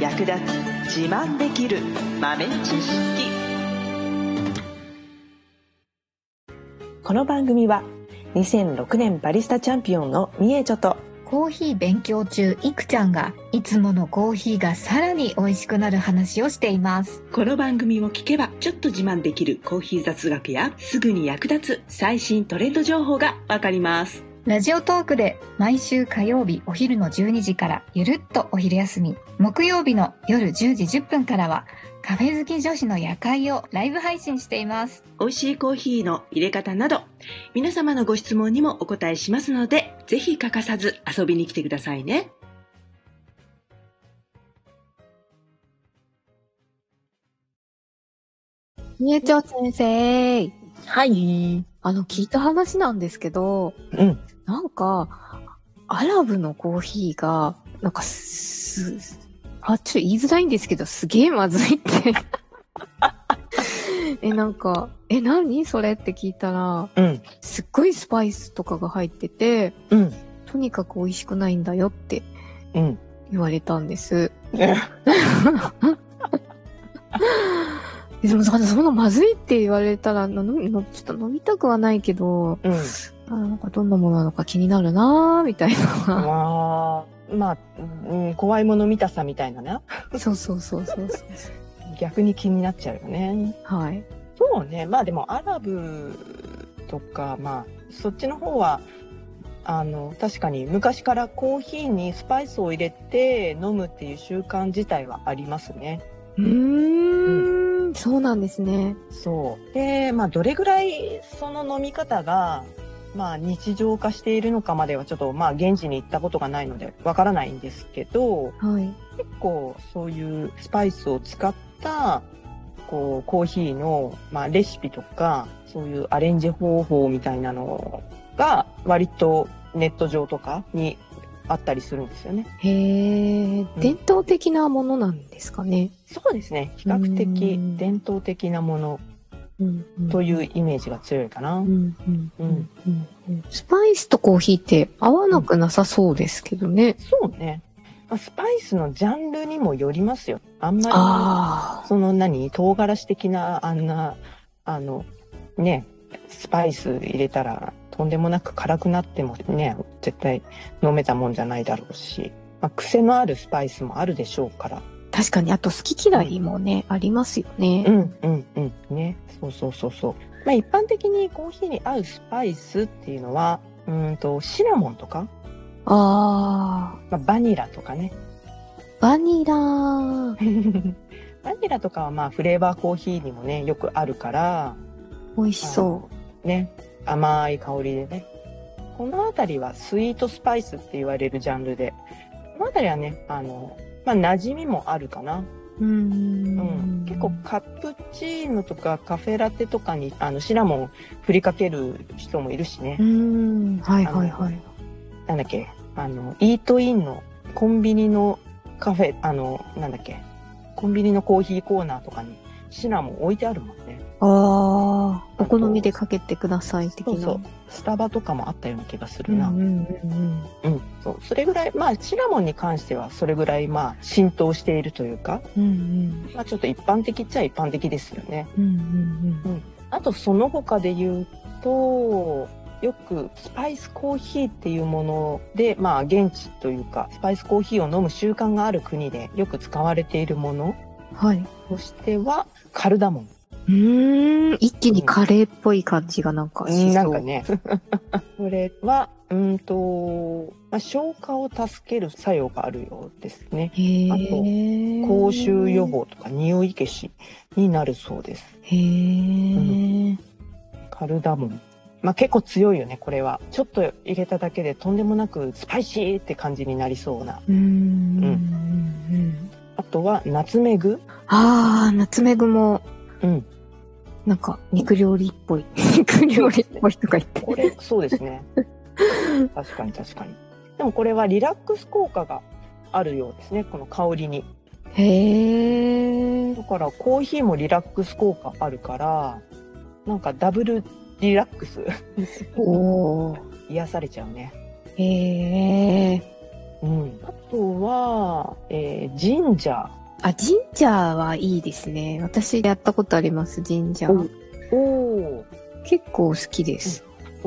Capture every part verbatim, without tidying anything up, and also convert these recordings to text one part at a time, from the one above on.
役立つ自慢できる豆知識。この番組はにせんろくねんバリスタチャンピオンのみえちょとコーヒー勉強中いくちゃんがいつものコーヒーがさらに美味しくなる話をしています。 この番組を聞けばちょっと自慢できるコーヒー雑学やすぐに役立つ最新トレンド情報がわかります。 ラジオトークで毎週火曜日お昼のじゅうにじからゆるっとお昼休み、木曜日の夜じゅうじじゅっぷんからはカフェ好き女子の夜会をライブ配信しています。 美味しいコーヒーの入れ方など皆様のご質問にもお答えしますので、ぜひ欠かさず遊びに来てくださいね。 みえちょ先生。 はい。 あの、聞いた話なんですけど、 うん。 なんか、アラブのコーヒーが、なんかす、あ、ちょっと言いづらいんですけど、すげえまずいって。え、なんか、え、何それって聞いたら、 うん。 すっごいスパイスとかが入ってて、 うん。 とにかく美味しくないんだよってうん。 言われたんです。でも、そんなまずいって言われたら、ののちょっと飲みたくはないけど、 うん。 あ、なんかどんなものなのか気になるなーみたいな。 まあ、まあ、うん、怖いもの見たさみたいなね。 そうそうそうそうそう。 逆に気になっちゃうよね。 はい。 そうね。まあでもアラブとか、まあそっちの方はあの確かに昔からコーヒーにスパイスを入れて飲むっていう習慣自体はありますね。 うーん、うん、そうなんですね。 そうで、まあどれぐらいその飲み方がまあ日常化しているのかまではちょっとまあ現地に行ったことがないのでわからないんですけど、 はい、 結構そういうスパイスを使ったこうコーヒーの、まあ、レシピとかそういうアレンジ方法みたいなのが割とネット上とかにあったりするんですよね。 へー、うん、伝統的なものなんですかね。 そうですね。比較的伝統的なものというイメージが強いかな。 スパイスとコーヒーって合わなくなさそうですけどね。 うん、そうね。スパイスのジャンルにもよりますよ。あんまりその何唐辛子的なあんなあのねスパイス入れたらとんでもなく辛くなってもね絶対飲めたもんじゃないだろうし、まあ、癖のあるスパイスもあるでしょうから。 確かに、あと好き嫌いもね、うん、ありますよね。 うんうんうんね。そうそうそうそう。まあ一般的にコーヒーに合うスパイスっていうのはうんとシナモンとか。 あまあ、バニラとかね。 バニラバニラとかはまあフレーバーコーヒーにもねよくあるから美味しそうね、甘い香りでね。このあたりはスイートスパイスって言われるジャンルで、このあたりはねあのまあ馴染みもあるかな。 うん、うん、 結構カプチーノとかカフェラテとかにあのシナモン振りかける人もいるしね。 うん、はいはいはい。 なんだっけあのイートインのコンビニのカフェあのなんだっけコンビニのコーヒーコーナーとかにシナモン置いてあるもんね。 ああ、お好みでかけてください的な。 そうそう、スタバとかもあったような気がするな。 うんうんうんうん、そう、それぐらいまあシナモンに関してはそれぐらいまあ浸透しているというか、 うんうん、 まあちょっと一般的っちゃ一般的ですよね。 うんうんうんうん、 あとその他で言うと。よくスパイスコーヒーっていうもので、まあ現地というかスパイスコーヒーを飲む習慣がある国でよく使われているもの、 はい、 としてはカルダモン。 うーん、一気にカレーっぽい感じがなんかしそう。 なんかね。これはうんと、まあ、消化を助ける作用があるようですね。あと口臭予防とか匂い消しになるそうです。 へー、 うん、カルダモン。まあ結構強いよねこれは。ちょっと入れただけでとんでもなくスパイシーって感じになりそうな。 うーん、うんうんあとはナツメグ。 あー、ナツメグも、 うん、 なんか肉料理っぽい肉料理っぽいとか言って、 これそうですね。確かに確かに。でもこれはリラックス効果があるようですねこの香りに。 へー。 だからコーヒーもリラックス効果あるからなんかダブルリラックスお癒されちゃうね。 へー。 うん。あとは、えー、ジンジャー。 あ、ジンジャーはいいですね。私やったことあります、ジンジャー。 おお。 結構好きです。 うん、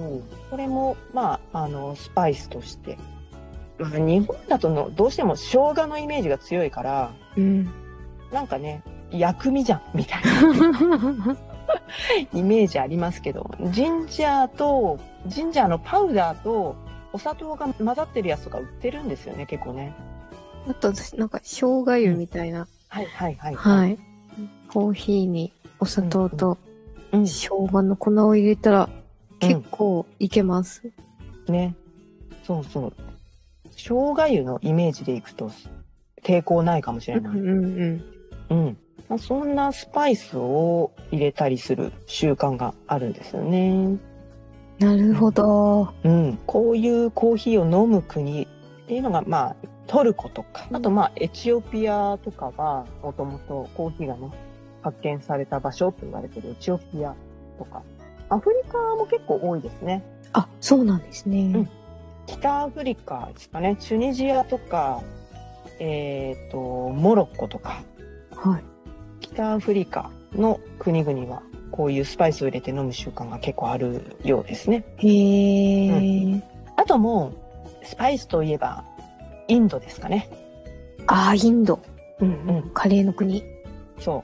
おお。これも、まあ、あの、スパイスとして。まあ、日本だとの、どうしても生姜のイメージが強いから、 うん。なんかね、薬味じゃん、みたいな。イメージありますけど、ジンジャーと、ジンジャーのパウダーと、お砂糖が混ざってるやつとか売ってるんですよね、結構ね。 あと私、なんか、生姜湯みたいな、うん。 はいはいはい、 はい。はい。コーヒーにお砂糖と、生姜の粉を入れたら、結構いけます、 うん。ね。そうそう。生姜湯のイメージでいくと、抵抗ないかもしれない。うんうんうん。うん。まあ、そんなスパイスを入れたりする習慣があるんですよね。 なるほど。 うん。こういうコーヒーを飲む国っていうのが、まあ、トルコとか、あとまあ、エチオピアとかは、もともとコーヒーがね、発見された場所と言われてるエチオピアとか、アフリカも結構多いですね。 あ、そうなんですね。うん。 北アフリカですかね。チュニジアとか、えっと、モロッコとか。 はい。 北アフリカの国々は、こういうスパイスを入れて飲む習慣が結構あるようですね。 へー。うん、 あともう、スパイスといえば、インドですかね。 ああ、インド。うんうん。カレーの国。 そう。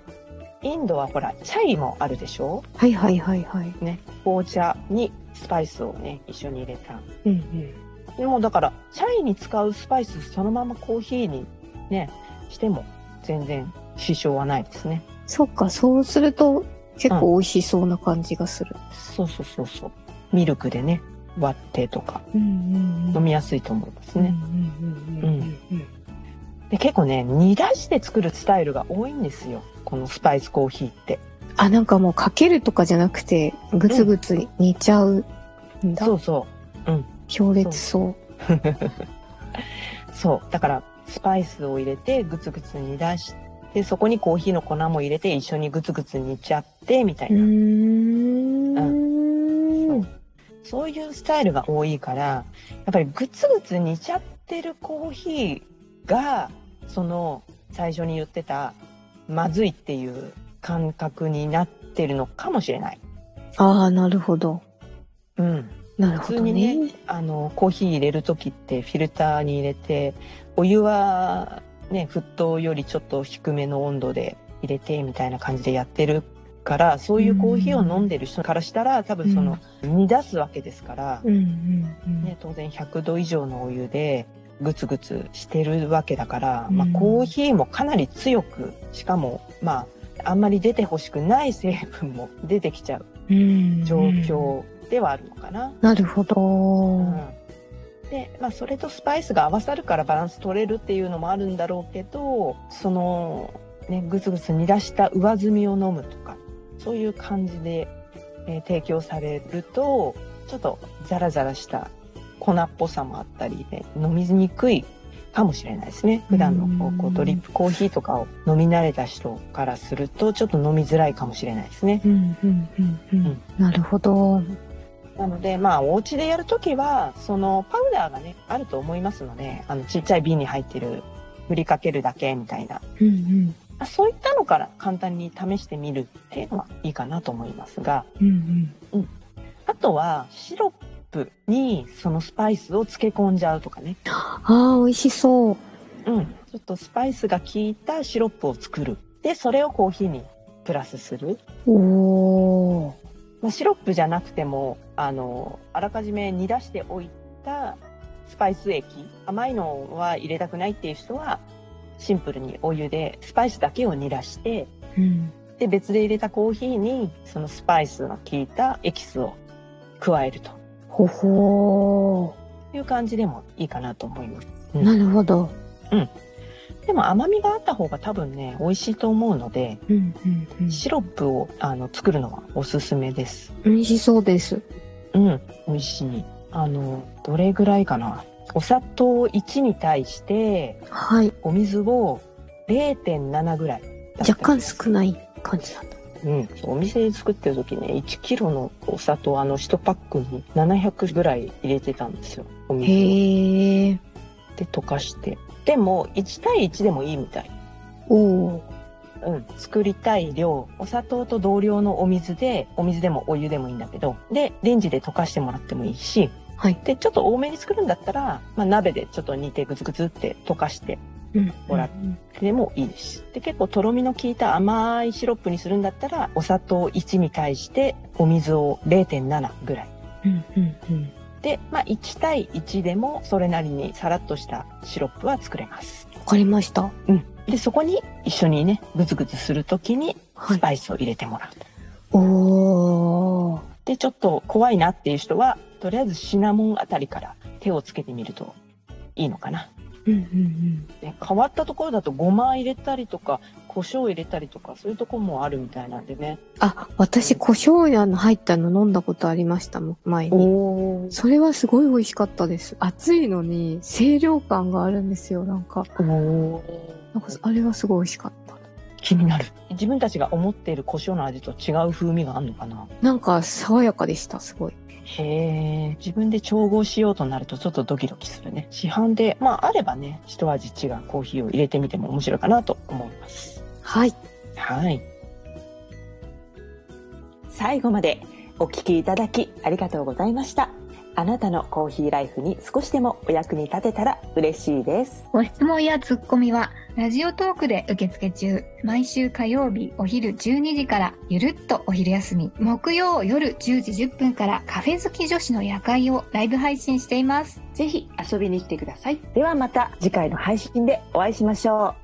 インドはほら、チャイもあるでしょ？ はいはいはいはい。 ね。紅茶にスパイスをね、一緒に入れた。 うんうん。 でもだから、チャイに使うスパイスそのままコーヒーにね、しても全然支障はないですね。 そっか、そうすると結構美味しそうな感じがする。 うん、そうそうそうそう。ミルクでね、割ってとか、飲みやすいと思いますね。で、結構ね、煮出して作るスタイルが多いんですよ。このスパイスコーヒーって。 あ、なんかもうかけるとかじゃなくて、ぐつぐつ煮ちゃうんだ。 そうそう。うん。 強烈そう。 そう。だから、スパイスを入れて、ぐつぐつ煮出して、そこにコーヒーの粉も入れて、一緒にぐつぐつ煮ちゃって、みたいな。うーん。うん。そう。そういうスタイルが多いから、やっぱりぐつぐつ煮ちゃってるコーヒーが、その、最初に言ってた、まずいっていう感覚になってるのかもしれない。 ああ、なるほど。 うん。 なるほどね。 普通にね、あの、コーヒー入れるときってフィルターに入れて、お湯はね、沸騰よりちょっと低めの温度で入れてみたいな感じでやってるから、そういうコーヒーを飲んでる人からしたら、多分その、煮出すわけですから、うんうんうん、ね、当然ひゃくど以上のお湯でグツグツしてるわけだから、うん、まあコーヒーもかなり強く、しかも、まあ、あんまり出てほしくない成分も出てきちゃう状況ではあるのかな。 なるほど。うん、 で、まあそれとスパイスが合わさるからバランス取れるっていうのもあるんだろうけど、そのね、ぐつぐつ煮出した上澄みを飲むとか、そういう感じで、えー、提供されると、ちょっとザラザラした粉っぽさもあったりで、飲みにくいかもしれないですね。普段のこうこうドリップコーヒーとかを飲み慣れた人からすると、ちょっと飲みづらいかもしれないですね。 うんうんうんうん。うん、なるほど。 なので、まあ、お家でやるときは、そのパウダーがね、あると思いますので、あの、ちっちゃい瓶に入ってる、振りかけるだけみたいな。うんうん、そういったのから簡単に試してみるっていうのはいいかなと思いますが、うんうんうん、あとは、シロップにそのスパイスを漬け込んじゃうとかね。 ああ、美味しそう。 うん。ちょっとスパイスが効いたシロップを作る。で、それをコーヒーにプラスする。おー。まあ、シロップじゃなくても、あの、あらかじめ煮出しておいたスパイス液、甘いのは入れたくないっていう人は、シンプルにお湯でスパイスだけを煮出して、うん、で、別で入れたコーヒーに、そのスパイスが効いたエキスを加えると。 ほほー。いう感じでもいいかなと思います。 うん、なるほど。 うん。でも甘みがあった方が多分ね、美味しいと思うので、うんうんうん、シロップをあの作るのはおすすめです。 美味しそうです。 うん、美味しい。あの、どれぐらいかな。お砂糖いちに対して、はい。お水を れいてんなな ぐらい。 若干少ない感じなんだ。 うん。お店で作ってる時ね、いちキロのお砂糖、あのいちパックにななひゃくぐらい入れてたんですよ。お水を。へー。 で、溶かして。でも、いち対いちでもいいみたい。 おお。 うん。作りたい量、お砂糖と同量のお水で、お水でもお湯でもいいんだけど、で、レンジで溶かしてもらってもいいし、 はい。 で、ちょっと多めに作るんだったら、まあ、鍋でちょっと煮てグツグツって溶かしてもらってでもいいです。で、結構とろみの効いた甘いシロップにするんだったら、お砂糖いちに対してお水を れいてんなな ぐらい。 うんうんうん。 で、まあ、いち対いちでもそれなりにさらっとしたシロップは作れます。 わかりました。 うん。で、そこに一緒にね、グツグツするときにスパイスを入れてもらう。 はい、おー。 で、ちょっと怖いなっていう人は、とりあえずシナモンあたりから手をつけてみるといいのかな。 うんうんうん、 で変わったところだとごま入れたりとか胡椒入れたりとかそういうところもあるみたいなんでね。 あ、私胡椒やの入ったの飲んだことありましたもん、前に。それはすごい美味しかったです。熱いのに清涼感があるんですよ、なんか。おなんかあれはすごい美味しかった。 気になる。自分たちが思っている胡椒の味と違う風味があるのかな。 なんか爽やかでした、すごい。 へえ、自分で調合しようとなるとちょっとドキドキするね。市販で、まああればね、一味違うコーヒーを入れてみても面白いかなと思います。 はい。 はい。 最後までお聞きいただきありがとうございました。あなたのコーヒーライフに少しでもお役に立てたら嬉しいです。 ご質問やツッコミはラジオトークで受付中。毎週火曜日お昼じゅうにじからゆるっとお昼休み、木曜夜じゅうじじゅっぷんからカフェ好き女子の夜会をライブ配信しています。 ぜひ遊びに来てください。ではまた次回の配信でお会いしましょう。